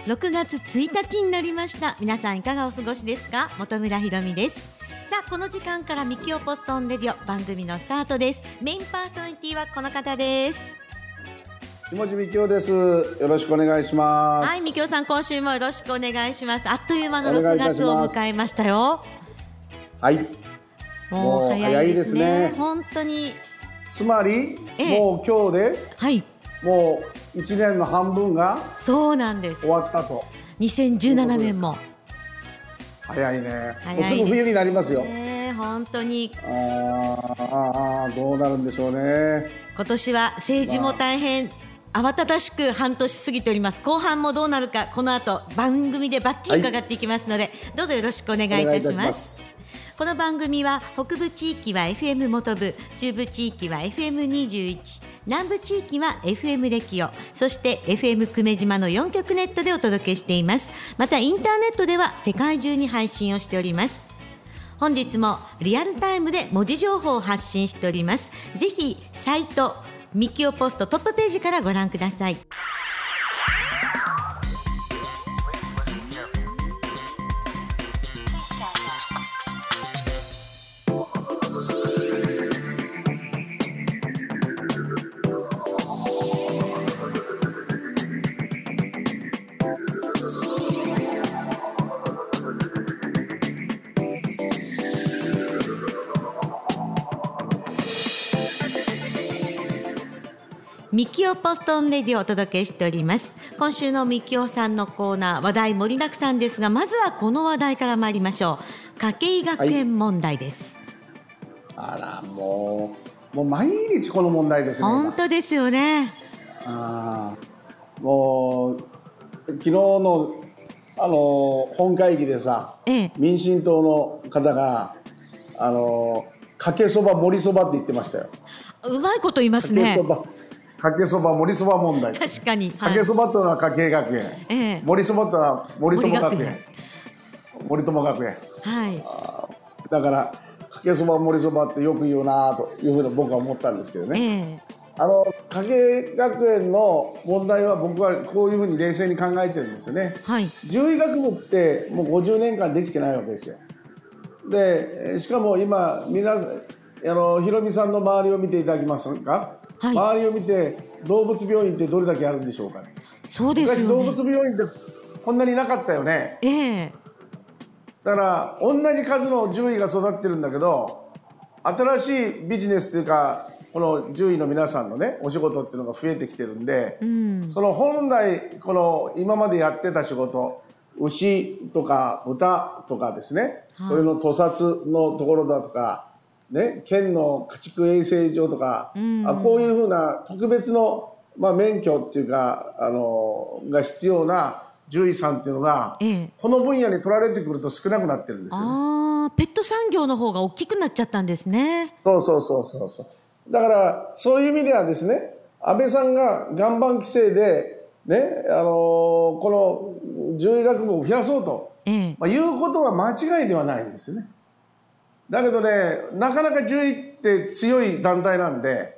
6月1日になりました。皆さんいかがお過ごしですか？本村ひろみです。さあこの時間からミキオポストンレディオ番組のスタートです。メインパーソナリティはこの方です。 下地みきおです。よろしくお願いします。 はい、みきおさん今週もよろしくお願いします。あっという間の6月を迎えましたよ。 はい、 もう早いですね。本当につまり、もう今日で、 はい、 もう1年の半分がそうなんです。 終わったと。 2017年も早いね。 早いもうすぐ冬になりますよ。 本当にどうなるんでしょうね。 今年は政治も大変、慌ただしく半年過ぎております。後半もどうなるかこの後番組でバッチリ伺っていきますので、どうぞよろしくお願いいたします。この番組は北部地域は FM 本部、中部地域は FM21、南部地域は FM レキオ、そして FM 久米島の4局ネットでお届けしています。またインターネットでは世界中に配信をしております。本日もリアルタイムで文字情報を発信しております。ぜひサイトミキオポストトップページからご覧ください。ミキオポストンレディをお届けしております。今週のミキオさんのコーナー、話題盛りだくさんですが、まずはこの話題から参りましょう。家計学園問題です。 あら、もう毎日この問題ですね。 本当ですよね。 もう昨日の本会議でさ、民進党の方がかけそば盛りそばって言ってましたよ。 うまいこと言いますね。 かけそば盛りそば問題。 確かに、 かけそばというのは家計学園、盛りそばというのは森友学園、森友学園、だからかけそば盛りそばってよく言うなというふうに僕は思ったんですけどね、家計学園の問題は僕はこういうふうに冷静に考えてるんですよね、獣医学部ってもう50年間できてないわけですよ。でしかも今皆さんひろみさんの周りを見ていただきますか、周りを見て動物病院ってどれだけあるんでしょうか。 そうですよね。 昔動物病院ってこんなになかったよね、だから同じ数の獣医が育ってるんだけど、新しいビジネスというかこの獣医の皆さんのねお仕事っていうのが増えてきてるんで、その本来この今までやってた仕事、牛とか豚とかですね、それの屠殺のところだとかね、県の家畜衛生上とか、こういうふうな特別の、免許っていうかが必要な獣医さんっていうのが、この分野に取られてくると少なくなってるんですよね。 ペット産業の方が大きくなっちゃったんですね。 そうだからそういう意味ではですね、安倍さんが岩盤規制でね、この獣医学部を増やそうと、いうことは間違いではないんですよね。だけどね、なかなか獣医って強い団体なんで、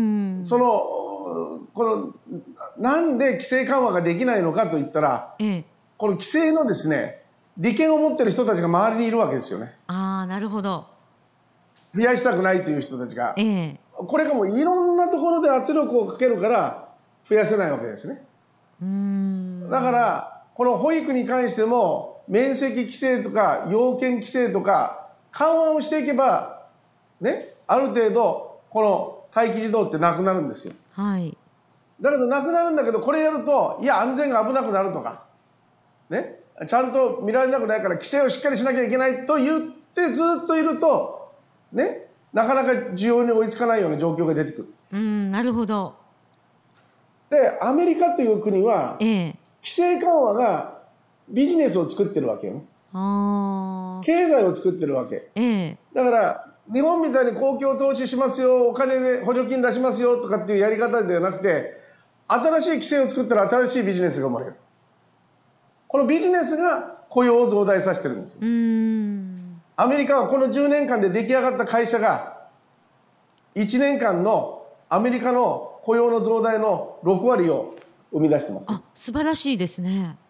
なんで規制緩和ができないのかといったら、この規制のですね、利権を持ってる人たちが周りにいるわけですよね。 なるほど。 増やしたくないという人たちが、これがもういろんなところで圧力をかけるから増やせないわけですね。だからこの保育に関しても面積規制とか要件規制とか緩和をしていけばね、ある程度この待機児童ってなくなるんですよ。だけどなくなるんだけど、これやるといや安全が危なくなるとかね、ちゃんと見られなくないから規制をしっかりしなきゃいけないと言ってずっといるとね、なかなか需要に追いつかないような状況が出てくる。 なるほど。 でアメリカという国は、規制緩和がビジネスを作ってるわけよね。経済を作ってるわけ、だから日本みたいに公共投資しますよ、お金で補助金出しますよとかっていうやり方ではなくて、新しい規制を作ったら新しいビジネスが生まれる。このビジネスが雇用を増大させてるんです。アメリカはこの10年間で出来上がった会社が1年間のアメリカの雇用の増大の6割を生み出してます。 素晴らしいですね。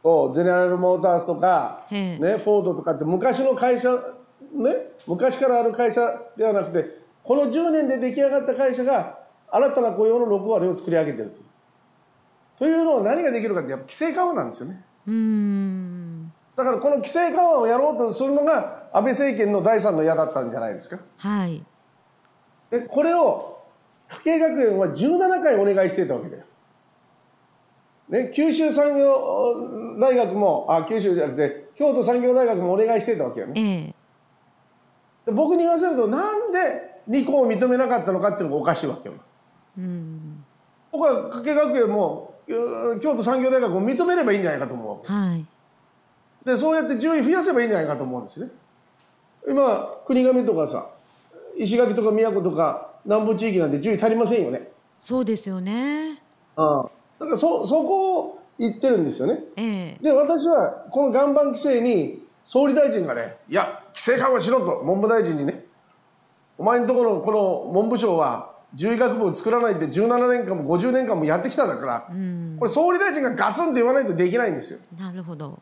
ゼネラルモーターズとか、ね、フォードとかって昔の会社、ね、昔からある会社ではなくて、この10年で出来上がった会社が新たな雇用の6割を作り上げているというのは何ができるかって、やっぱ規制緩和なんですよね。だからこの規制緩和をやろうとするのが安倍政権の第3の矢だったんじゃないですか。 はい。 でこれを家計学園は17回お願いしていたわけだよ。ね、九州産業大学も九州じゃなくて京都産業大学もお願いしていたわけよね。で僕に言わせると、なんで2校を認めなかったのかっていうのがおかしいわけよ。僕は家計学園も京都産業大学も認めればいいんじゃないかと思うわけ、はい、でそうやって順位増やせばいいんじゃないかと思うんですね。今国頭とかさ、石垣とか宮古とか南部地域なんて順位足りませんよね。 そうですよね。 だからそこを言ってるんですよね。で私はこの岩盤規制に総理大臣がね、いや規制緩和しろと文部大臣にね、お前のところこの文部省は獣医学部を作らないって17年間も50年間もやってきたんだから、これ総理大臣がガツンと言わないとできないんですよ。 なるほど。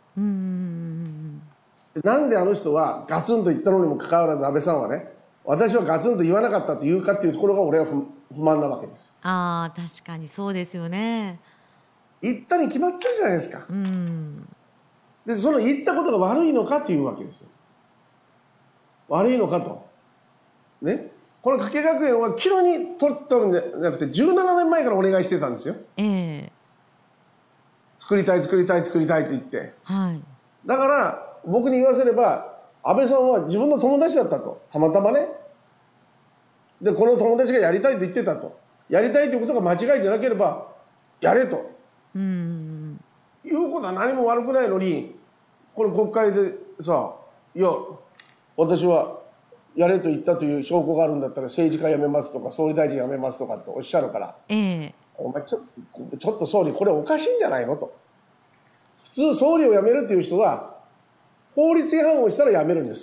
なんであの人はガツンと言ったのにもかかわらず安倍さんはね、私はガツンと言わなかったというかっていうところが俺は不満なわけです。 確かにそうですよね。 言ったに決まってるじゃないですか。でその言ったことが悪いのかというわけですよ。悪いのかとね。この加計学園はキロに取ったんじゃなくて17年前からお願いしてたんですよ。作りたい作りたい作りたいって言って、だから僕に言わせれば安倍さんは自分の友達だったと、たまたまね。でこの友達がやりたいと言ってたと、やりたいということが間違いじゃなければやれということは何も悪くないのに、この国会でさ、いや私はやれと言ったという証拠があるんだったら政治家辞めますとか総理大臣辞めますとかっておっしゃるから、お前ちょっと総理これおかしいんじゃないのと。普通総理を辞めるという人は法律違反をしたら辞めるんです。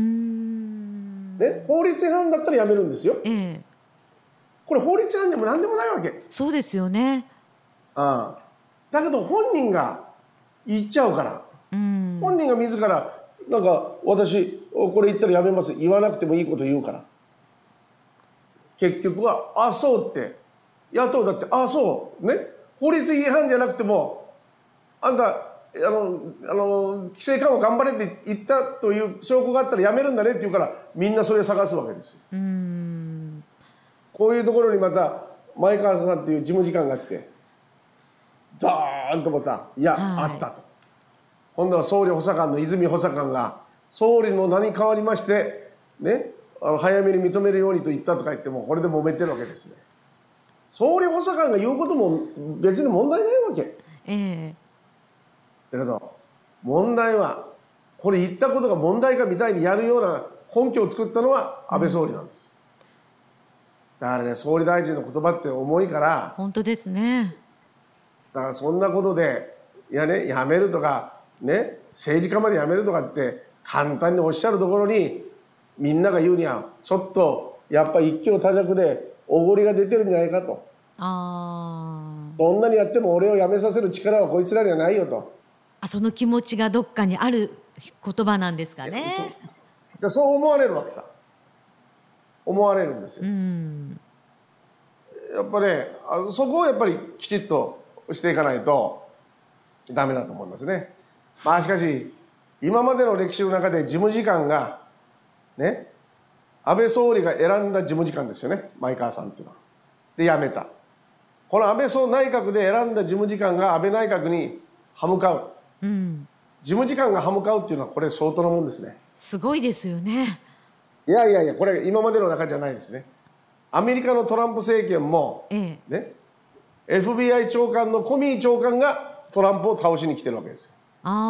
ね、法律違反だったら辞めるんですよ。これ法律違反でも何でもないわけ。 そうですよね。 だけど本人が言っちゃうから、本人が自らなんか私これ言ったらやめます言わなくてもいいこと言うから、結局はあそうって野党だってあそうね、法律違反じゃなくてもあんた規制緩和頑張れって言ったという証拠があったらやめるんだねって言うから、みんなそれを探すわけですよ。こういうところにまた前川さんっていう事務次官が来てドーンとまたいや、あったと。今度は総理補佐官の泉補佐官が総理の名に代わりましてね、早めに認めるようにと言ったとか言ってもこれで揉めてるわけですね。総理補佐官が言うことも別に問題ないわけ。だけど問題はこれ言ったことが問題かみたいにやるような根拠を作ったのは安倍総理なんです。だからね、総理大臣の言葉って重いから。 本当ですね。 だからそんなことでいやね、やめるとかね、政治家までやめるとかって簡単におっしゃるところに、みんなが言うにはちょっとやっぱり一挙多弱でおごりが出てるんじゃないかと。どんなにやっても俺を辞めさせる力はこいつらにはないよと。 その気持ちがどっかにある言葉なんですかね。 そう思われるわけさ。思われるんですよ。やっぱね、そこをやっぱりきちっとしていかないとダメだと思いますね。しかし今までの歴史の中で事務次官がね、安倍総理が選んだ事務次官ですよね、前川さんっていうのは。で辞めた。この安倍総内閣で選んだ事務次官が安倍内閣に歯向かう。事務次官が歯向かうっていうのはこれ相当なもんですね。 すごいですよね。 いやいやいや、これ今までの中じゃないですね。アメリカのトランプ政権も、ね、FBI 長官のコミー長官がトランプを倒しに来てるわけですよ。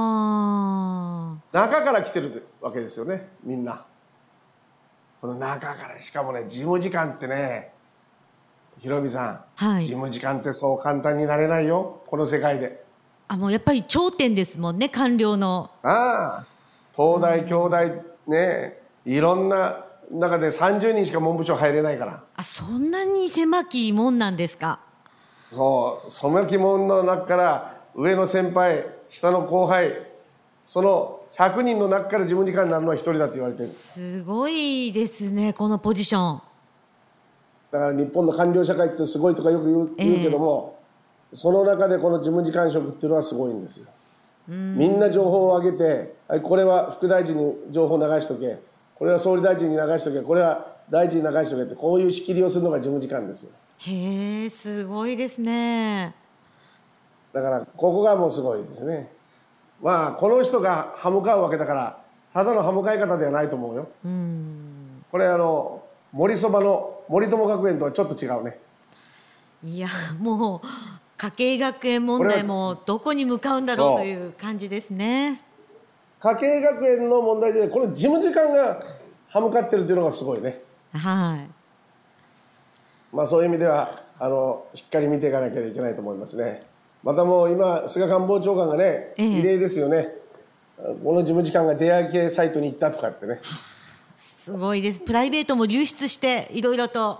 中から来てるわけですよね、みんな。この中から、しかもね、事務次官ってね、ひろみさん、事務次官ってそう簡単になれないよ、この世界で。 もうやっぱり頂点ですもんね、官僚の。 東大京大ね、いろんな中で30人しか文部省入れないから。 そんなに狭き門なんですか。 そう、狭き門の中から上の先輩下の後輩、その100人の中から事務次官になるのは1人だと言われてる。 すごいですね、このポジション。 だから日本の官僚社会ってすごいとかよく言うけども、その中でこの事務次官職っていうのはすごいんですよ。みんな情報を上げて、これは副大臣に情報を流しとけ、これは総理大臣に流しとけ、これは大臣に流しとけって、こういう仕切りをするのが事務次官ですよ。 へえ、すごいですね。 だからここがもうすごいですね。まあこの人が歯向かうわけだから、ただの歯向かい方ではないと思うよ。これ森そばの森友学園とはちょっと違うね。 いや、もう家計学園問題もどこに向かうんだろうという感じですね。 家計学園の問題で、この事務次官が歯向かってるというのがすごいね。 はい。 まあそういう意味ではしっかり見ていかなきゃいけないと思いますね。またもう今菅官房長官がね、異例ですよね。この事務次官が出会い系サイトに行ったとかってね。 すごいです。プライベートも流出していろいろと。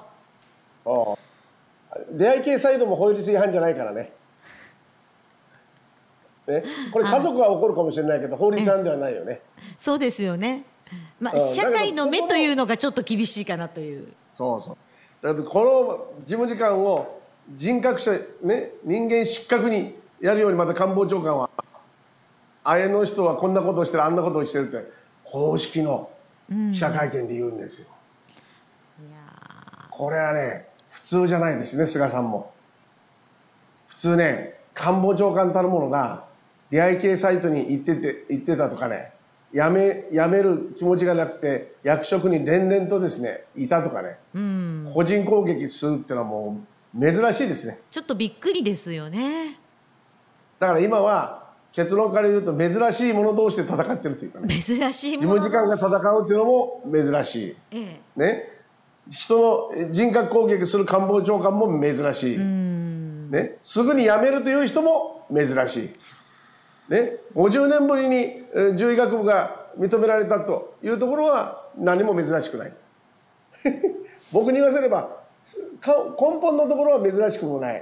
出会い系サイトも法律違反じゃないからね。これ家族は怒るかもしれないけど法律違反ではないよね。 そうですよね。まあ社会の目というのがちょっと厳しいかなという。 そうそう。だってこの事務次官を人格者ね、人間失格にやるようにまた官房長官はあれの人はこんなことをしてるあんなことをしてるって公式の記者会見で言うんですよ。これはね普通じゃないですね。菅さんも普通ね、官房長官たるものが出会い系サイトに行ってたとかね、辞める気持ちがなくて役職に連々とですねいたとかね、個人攻撃するっていうのはもう珍しいですね。 ちょっとびっくりですよね。 だから今は結論から言うと珍しい者同士で戦ってるというかね、 珍しい者同士、 事務次官が戦うっていうのも珍しい、ね、人の人格攻撃する官房長官も珍しい、ね、すぐに辞めるという人も珍しい、ね、50年ぶりに獣医学部が認められたというところは何も珍しくないんです僕に言わせれば根本のところは珍しくもない、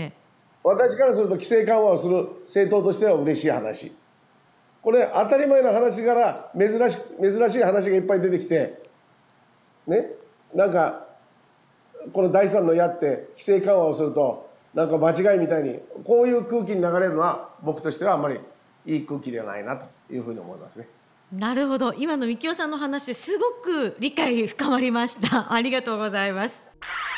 私からすると規制緩和をする政党としては嬉しい話。これ当たり前の話から珍しい話がいっぱい出てきてね、なんかこの第三の矢って規制緩和をするとなんか間違いみたいにこういう空気に流れるのは僕としてはあんまりいい空気ではないなというふうに思いますね。 なるほど。今の幹夫さんの話ですごく理解深まりました。ありがとうございます。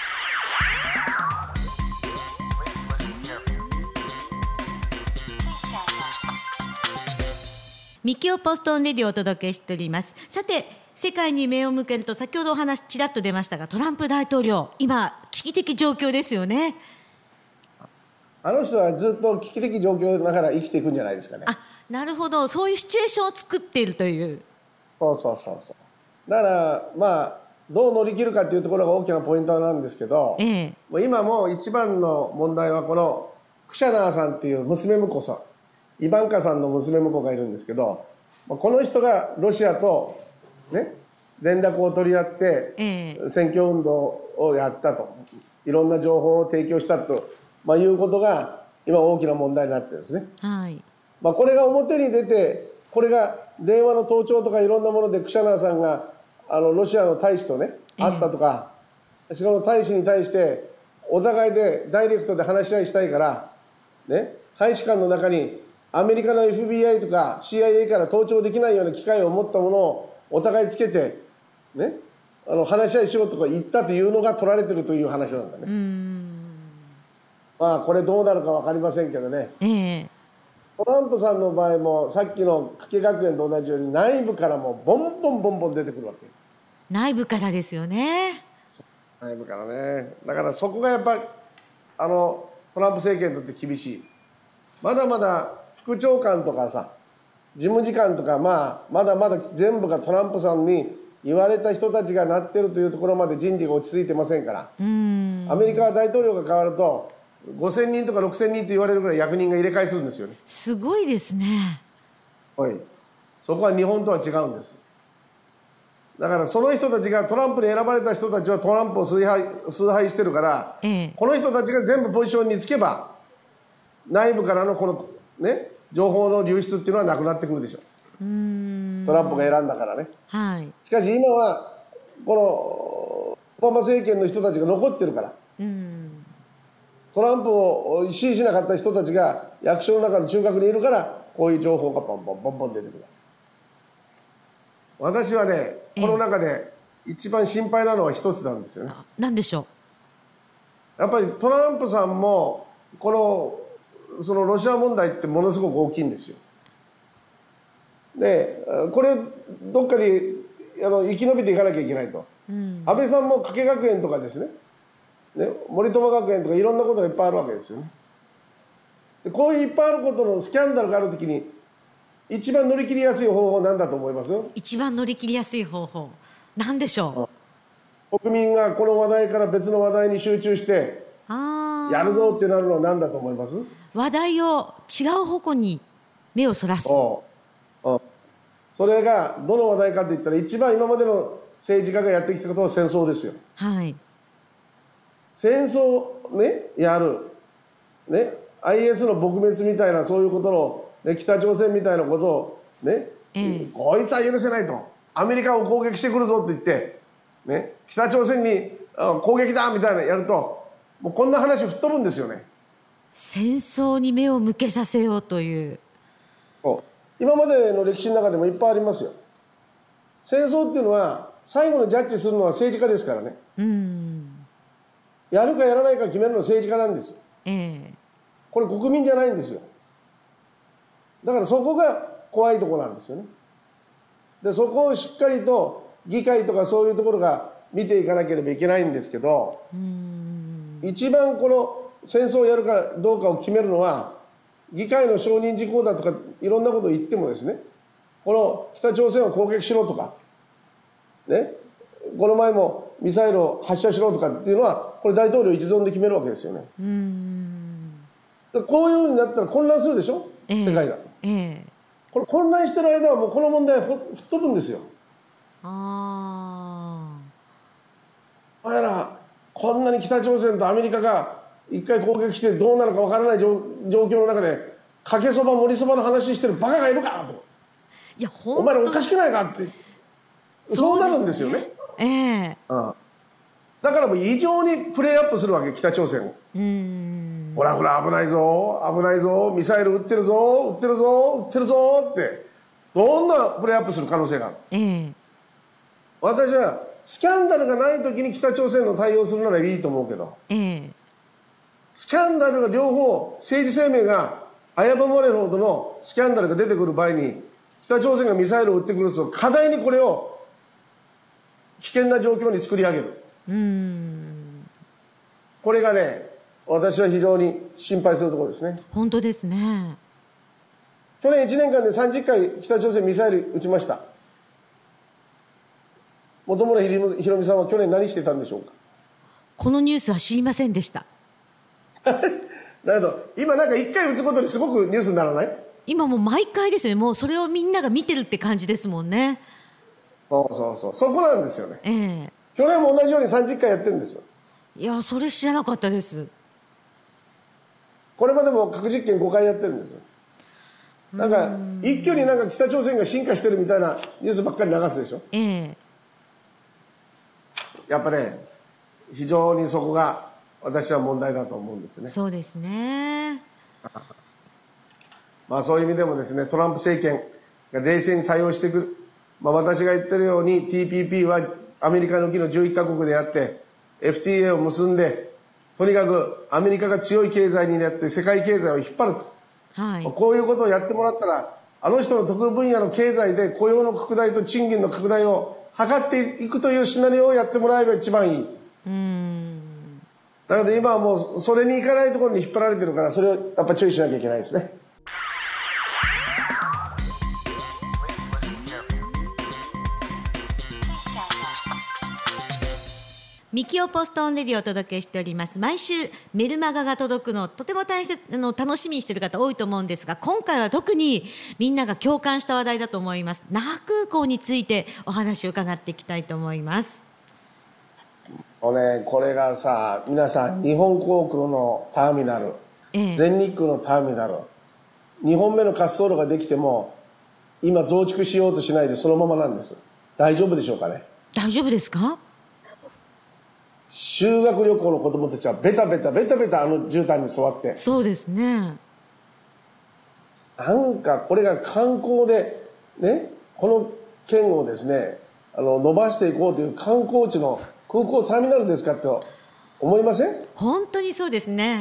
幹夫ポストオンレディをお届けしております。さて世界に目を向けると先ほどお話ちらっと出ましたがトランプ大統領今危機的状況ですよね。 あの人はずっと危機的状況ながら生きていくんじゃないですかね。 なるほど。そういうシチュエーションを作っているという。 そうだからまあどう乗り切るかというところが大きなポイントなんですけど、今もう一番の問題はこのクシャナーさんっていう娘婿さん、イバンカさんの娘婿がいるんですけど、この人がロシアとね連絡を取り合って選挙運動をやったと、いろんな情報を提供したと、いうことが今大きな問題になってるんですね。これが表に出て、これが電話の盗聴とかいろんなものでクシャナーさんがロシアの大使とね会ったとか、しかも大使に対してお互いでダイレクトで話し合いしたいからね、大使館の中にアメリカの FBI とか CIA から盗聴できないような機械を持ったものをお互いつけてね、話し合いしようとか言ったというのが取られてるという話なんだね。これどうなるか分かりませんけどね、トランプさんの場合もさっきの加計学園と同じように内部からもボンボン出てくるわけ。 内部からですよね。 内部からね。だからそこがやっぱトランプ政権にとって厳しい。まだまだ副長官とかさ事務次官とかまだまだ全部がトランプさんに言われた人たちがなってるというところまで人事が落ち着いてませんから。アメリカは大統領が変わると5000人とか6000人と言われるぐらい役人が入れ替えするんですよね。 すごいですね。 そこは日本とは違うんです。だからその人たちがトランプに選ばれた人たちはトランプを崇拝してるから、この人たちが全部ポジションにつけば内部からのこのね情報の流出っていうのはなくなってくるでしょう。トランプが選んだからね。 はい、 しかし今はこのオバマ政権の人たちが残ってるから、トランプを支持しなかった人たちが役所の中の中核にいるから、こういう情報がボンボンボンボン出てくる。私はね、この中で一番心配なのは一つなんですよね。 何でしょう。やっぱりトランプさんもそのロシア問題ってものすごく大きいんですよ。でこれどっかで生き延びていかなきゃいけないと、安倍さんも加計学園とかですね、森友学園とかいろんなことがいっぱいあるわけですよね。でこういういっぱいあることのスキャンダルがあるときに一番乗り切りやすい方法なんだと思います？ 一番乗り切りやすい方法なんでしょう。国民がこの話題から別の話題に集中してやるぞってなるのは何だと思います？ 話題を違う方向に目をそらす。 それがどの話題かといったら、一番今までの政治家がやってきたことは戦争ですよ。 はい。 戦争ね、やる、ね、IS の撲滅みたいなそういうことの、ね、北朝鮮みたいなことをね、こいつは許せないと、アメリカを攻撃してくるぞって言って、ね、北朝鮮に攻撃だみたいなやると、もうこんな話吹っ飛ぶんですよね。 戦争に目を向けさせようという。 今までの歴史の中でもいっぱいありますよ。戦争っていうのは最後のジャッジするのは政治家ですからね。やるかやらないか決めるのは政治家なんです。これ国民じゃないんですよ。だからそこが怖いところなんですよね。でそこをしっかりと議会とかそういうところが見ていかなければいけないんですけど、一番この戦争をやるかどうかを決めるのは議会の承認事項だとかいろんなことを言ってもですね、この北朝鮮を攻撃しろとか、ね、この前もミサイルを発射しろとかっていうのはこれ大統領一存で決めるわけですよね。こういうふうになったら混乱するでしょ、世界が。これ混乱してる間はもうこの問題吹っ飛ぶんですよ。だからこんなに北朝鮮とアメリカが一回攻撃してどうなるかわからない状況の中でかけそば盛りそばの話してるバカがいるかと、 いやお前らおかしくないかってそうなるんですよね。だからもう異常にプレーアップするわけ、北朝鮮を。ほらほら危ないぞ危ないぞ、ミサイル撃ってるぞ撃ってるぞ撃ってるぞってどんなプレーアップする可能性がある。私はスキャンダルがない時に北朝鮮の対応するならいいと思うけど、スキャンダルが両方政治生命が危ぶまれるほどのスキャンダルが出てくる場合に北朝鮮がミサイルを撃ってくると過大にこれを危険な状況に作り上げる。これがね、私は非常に心配するところですね。 本当ですね。 去年1年間で30回北朝鮮ミサイル撃ちました。本村ひろみさんは去年何してたんでしょうか。 このニュースは知りませんでした。 だけど今なんか1回撃つことにすごくニュースにならない？ 今もう毎回ですよね。もうそれをみんなが見てるって感じですもんね。 そうそこなんですよね。去年も同じように30回やってるんですよ。 いやそれ知らなかったです。 これまでも核実験5回やってるんですよ。なんか一挙になんか北朝鮮が進化してるみたいなニュースばっかり流すでしょ。やっぱね、非常にそこが私は問題だと思うんですね。 そうですね。 まあそういう意味でもですね、トランプ政権が冷静に対応してくる。私が言ってるように TPP はアメリカ抜きの11カ国であって FTA を結んで、とにかくアメリカが強い経済になって世界経済を引っ張ると。こういうことをやってもらったら、あの人の得意分野の経済で雇用の拡大と賃金の拡大を図っていくというシナリオをやってもらえば一番いい。だけど今はもうそれに行かないところに引っ張られてるから、それをやっぱ注意しなきゃいけないですね。 ミキオポストオンレディをお届けしております。毎週メルマガが届くのをとても楽しみにしている方多いと思うんですが、今回は特にみんなが共感した話題だと思います。那覇空港についてお話を伺っていきたいと思います。 これがさ、皆さん日本航空のターミナル、全日空のターミナル、 2本目の滑走路ができても今増築しようとしないでそのままなんです。大丈夫でしょうかね。 大丈夫ですか？ 修学旅行の子どもたちはベタベタ絨毯に座って。 そうですね。 なんかこれが観光でね、この県をですね伸ばしていこうという観光地の空港ターミナルですかと思いません？ 本当にそうですね。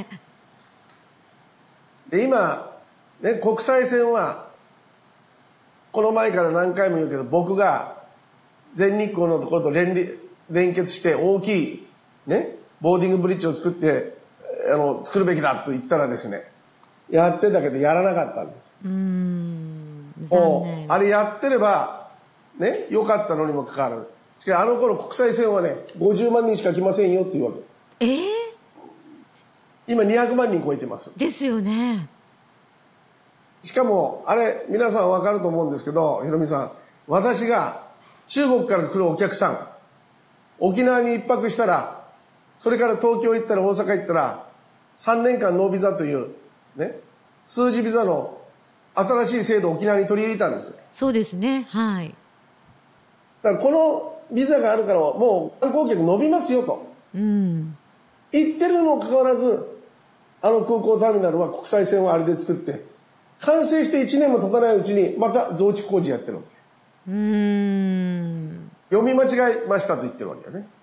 で今ね、国際線はこの前から何回も言うけど、僕が全日空のところと連結して大きいねボーディングブリッジを作って作るべきだと言ったらですね、やってたけどやらなかったんです。 残念。 あれやってればね良かったのにもかかわらず、しかしあの頃国際線はね50万人しか来ませんよっていうわけ。今200万人超えてます。 ですよね。 しかもあれ皆さん分かると思うんですけど、ひろみさん、私が中国から来るお客さん、沖縄に一泊したら、それから東京行ったら大阪行ったら3年間ノービザというね数字ビザの新しい制度を沖縄に取り入れたんですよ。 そうですね。はい。 だからこのビザがあるからもう観光客伸びますよと、言ってるにもかかわらず、あの空港ターミナルは国際線をあれで作って完成して1年も経たないうちにまた増築工事やってるわけ。読み間違えましたと言ってるわけよね。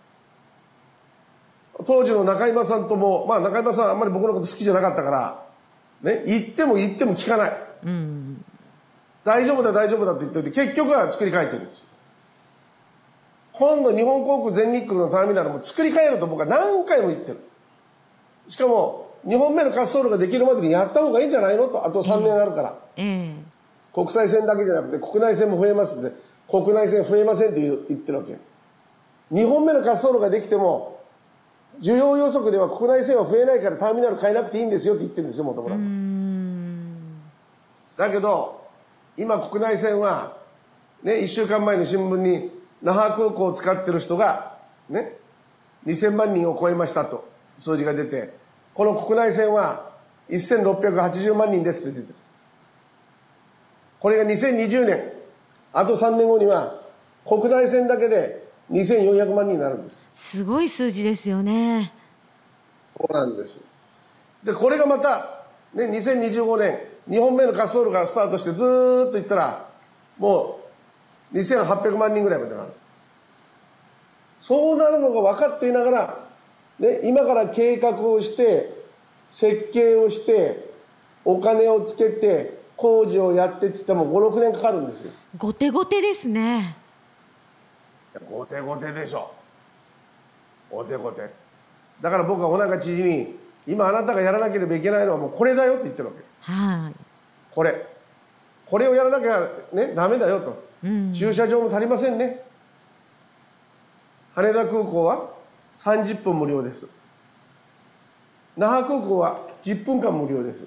当時の中山さんとも、中山さんあんまり僕のこと好きじゃなかったからね、言っても聞かない、大丈夫だと言っておいて結局は作り変えてるんですよ。今度日本航空全日空のターミナルも作り変えると僕は何回も言ってる。しかも2本目の滑走路ができるまでにやった方がいいんじゃないのと、あと3年あるから、国際線だけじゃなくて国内線も増えますって、国内線増えませんって言ってるわけ。2本目の滑走路ができても需要予測では国内線は増えないからターミナル変えなくていいんですよって言ってるんですよ、本村さん。だけど今国内線はね、1週間前の新聞に那覇空港を使ってる人がね2000万人を超えましたと数字が出て、この国内線は1680万人ですって出てる。これが2020年、あと3年後には国内線だけで2400万人になるんです。すごい数字ですよね。 そうなんです。でこれがまた、ね、2025年2本目の滑走路がスタートしてずーっといったらもう2800万人ぐらいまでなるんです。そうなるのが分かっていながら、ね、今から計画をして設計をしてお金をつけて工事をやってって言っても5、6年かかるんですよ。 後手後手ですね。 後手後手でしょ。後手後手だから僕は尾中知事に今あなたがやらなければいけないのはもうこれだよって言ってるわけ。これをやらなきゃねダメだよと、駐車場も足りませんね。羽田空港は30分無料です。那覇空港は10分間無料です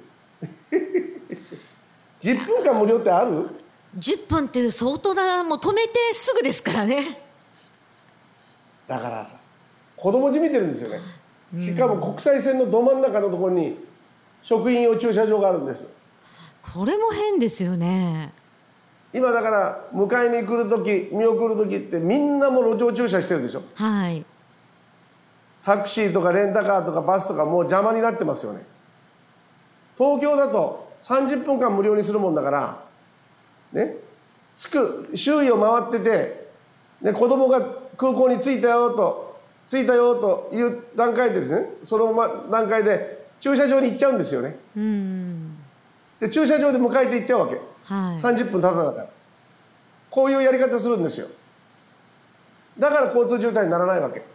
10分間無料ってある ？10分って相当だ。もう止めてすぐですからね。 だからさ、子供じみてるんですよね。しかも国際線のど真ん中のところに職員用駐車場があるんです。 これも変ですよね。 今だから迎えに来る時見送る時ってみんなもう路上駐車してるでしょ。 はい。 タクシーとかレンタカーとかバスとかもう邪魔になってますよね。東京だと30分間無料にするもんだからね、周囲を回ってて、ね、子供が空港に着いたよという段階でですね、その段階で駐車場に行っちゃうんですよね。で駐車場で迎えて行っちゃうわけ、30分ただだから。こういうやり方するんですよ。だから交通渋滞にならないわけ。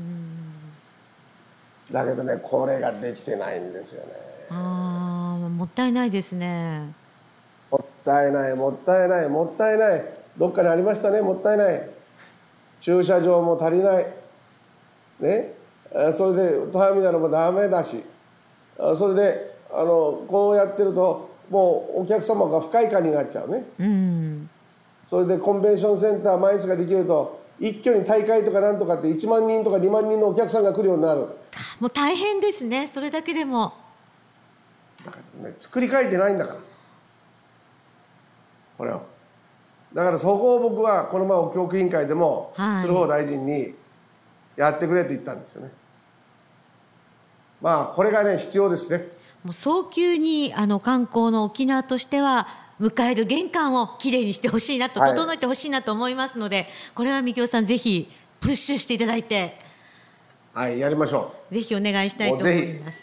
だけどね、これができてないんですよね。 もったいないですね。 もったいない。どっかにありましたね、もったいない。駐車場も足りないね、それでターミナルもダメだし、それでこうやってるともうお客様が不快感になっちゃうね。それでコンベンションセンター満室ができると一挙に大会とかなんとかって1万人とか2万人のお客さんが来るようになる。 もう大変ですね、それだけでも。 だからね、作り変えてないんだから。 これを。だからそこを僕はこの前教育委員会でも鶴房大臣にやってくれと言ったんですよね。まあこれがね必要ですね。 もう早急に観光の沖縄としては迎える玄関をきれいにしてほしいなと、整えてほしいなと思いますので、これはみきおさんぜひプッシュしていただいて、 はい、やりましょう。ぜひお願いしたいと思います。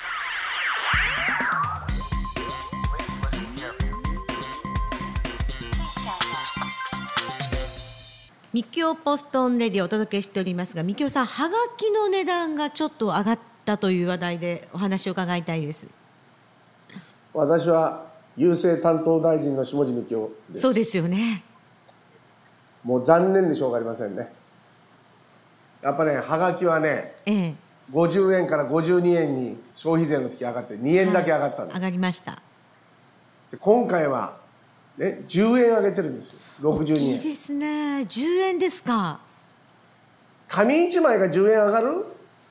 みきおポストオンレディをお届けしておりますが、みきおさん、はがきの値段がちょっと上がったという話題でお話を伺いたいです。 私は郵政担当大臣の下地みきおです。 そうですよね。 もう残念でしょうがありませんね。やっぱね、はがきはね、50円から52円に消費税の時上がって2円だけ上がったんです、 上がりました。 で今回は、ね、10円上げてるんですよ。62円。 大きいですね。10円ですか。 紙1枚が10円上がる？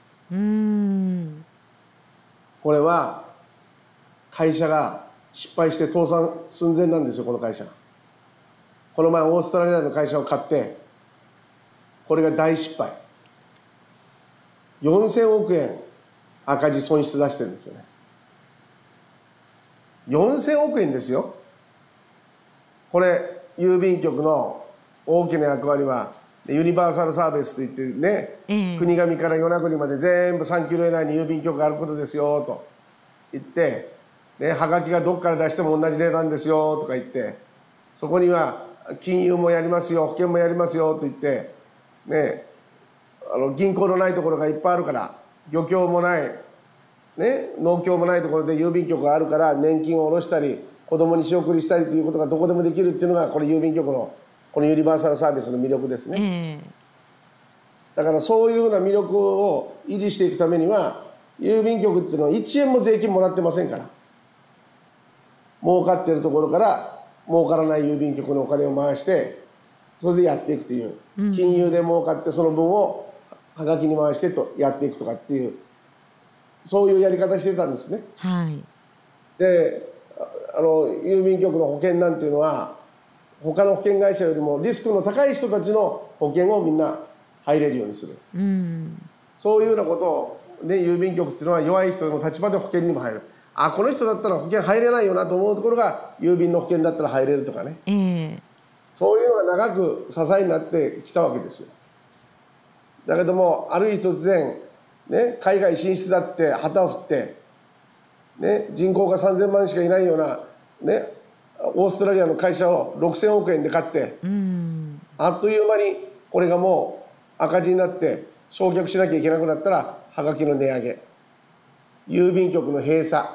これは会社が失敗して倒産寸前なんですよ、この会社。この前オーストラリアの会社を買ってこれが大失敗。4000億円赤字損失出してるんですよね。4000億円ですよ。これ郵便局の大きな役割はユニバーサルサービスといってね、国頭から与那国まで全部3キロ以内に郵便局があることですよと言って、ね、はがきがどっから出しても同じ値段ですよとか言って、そこには金融もやりますよ、保険もやりますよと言って、ね、銀行のないところがいっぱいあるから、漁協もない、ね、農協もないところで郵便局があるから年金を下ろしたり子供に仕送りしたりということがどこでもできるっていうのがこれ郵便局のこのユニバーサルサービスの魅力ですね。だからそういうような魅力を維持していくためには郵便局っていうのは1円も税金もらってませんから、儲かってるところから儲からない郵便局のお金を回してそれでやっていくという、金融で儲かってその分をはがきに回してとやっていくとかっていう、そういうやり方してたんですね。で郵便局の保険なんていうのは他の保険会社よりもリスクの高い人たちの保険をみんな入れるようにする、そういうようなことを、ね、郵便局っていうのは弱い人の立場で保険にも入る。あ、この人だったら保険入れないよなと思うところが郵便の保険だったら入れるとかね、そういうのが長く支えになってきたわけですよ。だけどもある日突然、ね、海外進出だって旗を振って、ね、人口が3000万しかいないような、ね、オーストラリアの会社を6000億円で買って、あっという間にこれがもう赤字になって償却しなきゃいけなくなったらはがきの値上げ、郵便局の閉鎖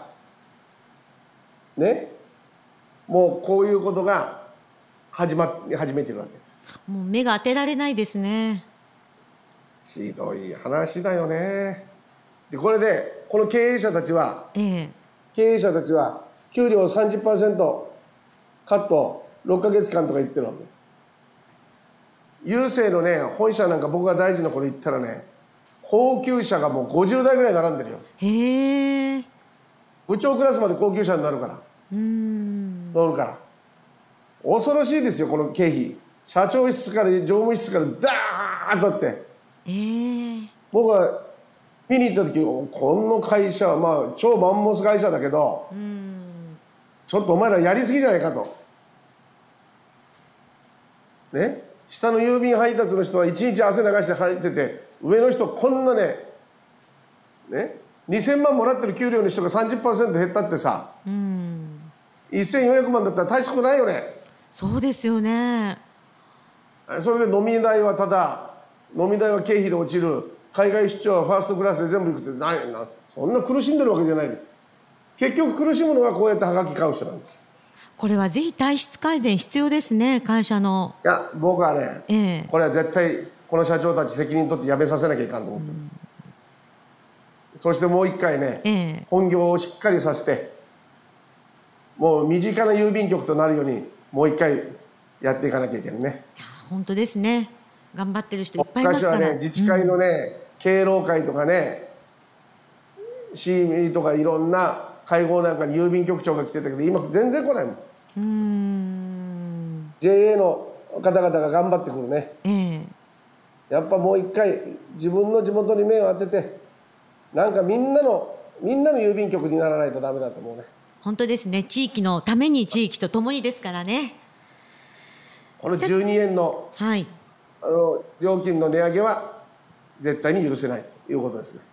ね、もうこういうことが始めてるわけです。 もう目が当てられないですね。 ひどい話だよね。でこれでこの経営者たちは、給料 30% カット6ヶ月間とか言ってるわけ。郵政のね本社なんか僕が大臣の頃行ったらね、高級車がもう50台ぐらい並んでるよ。 へえ。 部長クラスまで高級車になるから、乗るから恐ろしいですよ。この経費、社長室から常務室からザーッとあって、僕は見に行った時、この会社はまあ超マンモス会社だけど、ちょっとお前らやりすぎじゃないかと。ね、下の郵便配達の人は一日汗流して入ってて、上の人こんなね2000万もらってる給料の人が 30% 減ったってさ、1400万だったら大したことないよね。そうですよね。それで飲み代はただ、飲み代は経費で落ちる、海外出張はファーストクラスで全部行くってないな、そんな苦しんでるわけじゃない。結局苦しむのがこうやってはがき買う人なんです。これはぜひ体質改善必要ですね、会社の。いや僕はね、これは絶対この社長たち責任取って辞めさせなきゃいかんと思ってる。そしてもう一回ね、本業をしっかりさせて、もう身近な郵便局となるようにもう一回やっていかなきゃいけないね。本当ですね。頑張ってる人いっぱいいますから。昔はね、自治会のね、敬老会とかね、市民とかいろんな会合なんかに郵便局長が来てたけど、今全然来ないもん。 JA の方々が頑張ってくるね、やっぱもう一回自分の地元に目を当てて、なんかみんなの郵便局にならないとダメだと思うね。 本当ですね。地域のために、地域とともにですからね。 この12円の、料金の値上げは絶対に許せないということですね。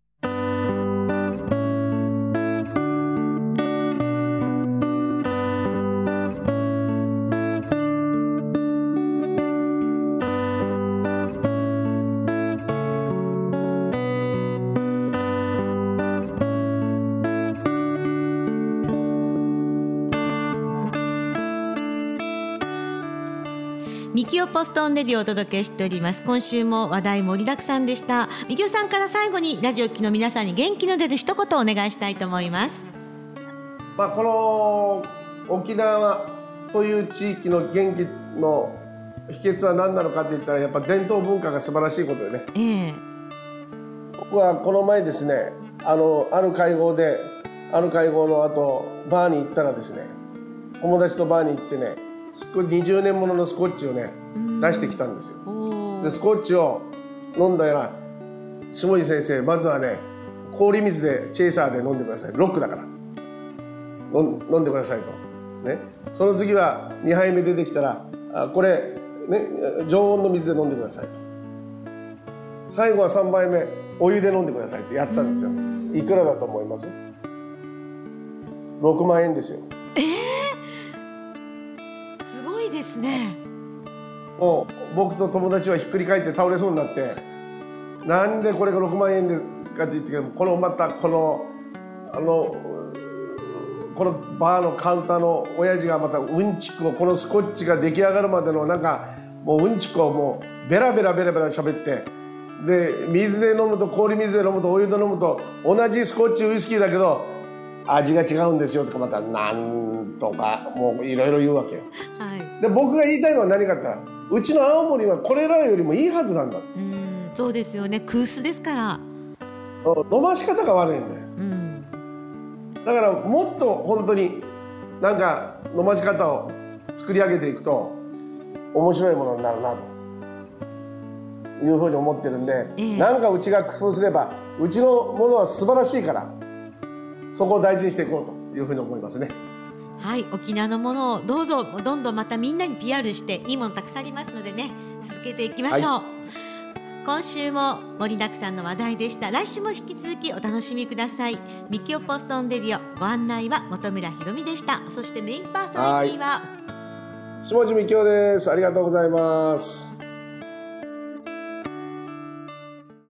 みきおポストオンレディをお届けしております。今週も話題盛りだくさんでした。みきおさんから最後にラジオ機の皆さんに元気の出る一言をお願いしたいと思います。 この沖縄という地域の元気の秘訣は何なのかといったら、やっぱ伝統文化が素晴らしいことよね。僕はこの前ですね、ある会合の後バーに行ったらですね、友達とバーに行ってね、20年もののスコッチをね出してきたんですよ。でスコッチを飲んだら、下地先生、まずはね氷水でチェイサーで飲んでください、ロックだから飲んでくださいと、ね、その次は2杯目出てきたら、これ、ね、常温の水で飲んでくださいと、最後は3杯目お湯で飲んでくださいってやったんですよ。いくらだと思います？ 6 万円ですよ。 すごいですね。 もう僕と友達はひっくり返って倒れそうになって、なんでこれが6万円でかって言って、このまたこのバーのカウンターの親父がまたうんちくを、このスコッチが出来上がるまでのなんかもううんちくをもうベラベラ喋って、で水で飲むと、氷水で飲むと、お湯で飲むと同じスコッチウイスキーだけど味が違うんですよとか、またなんとかもういろいろ言うわけよ。で僕が言いたいのは何かって言ったら、うちの青森はこれらよりもいいはずなんだ。 そうですよね。空須ですから。 飲まし方が悪いんだよ。だからもっと本当になんか飲まし方を作り上げていくと面白いものになるなというふうに思ってるんで、なんかうちが工夫すれば、うちのものは素晴らしいから、そこを大事にしていこうというふうに思いますね。 はい、沖縄のものをどうぞどんどんまたみんなに PR して、いいものたくさんありますのでね、続けていきましょう。今週も盛りだくさんの話題でした。来週も引き続きお楽しみください。みきおポストオンレディオ、ご案内は本村ひろみでした。そしてメインパーソナリティは下地みきおです。ありがとうございます。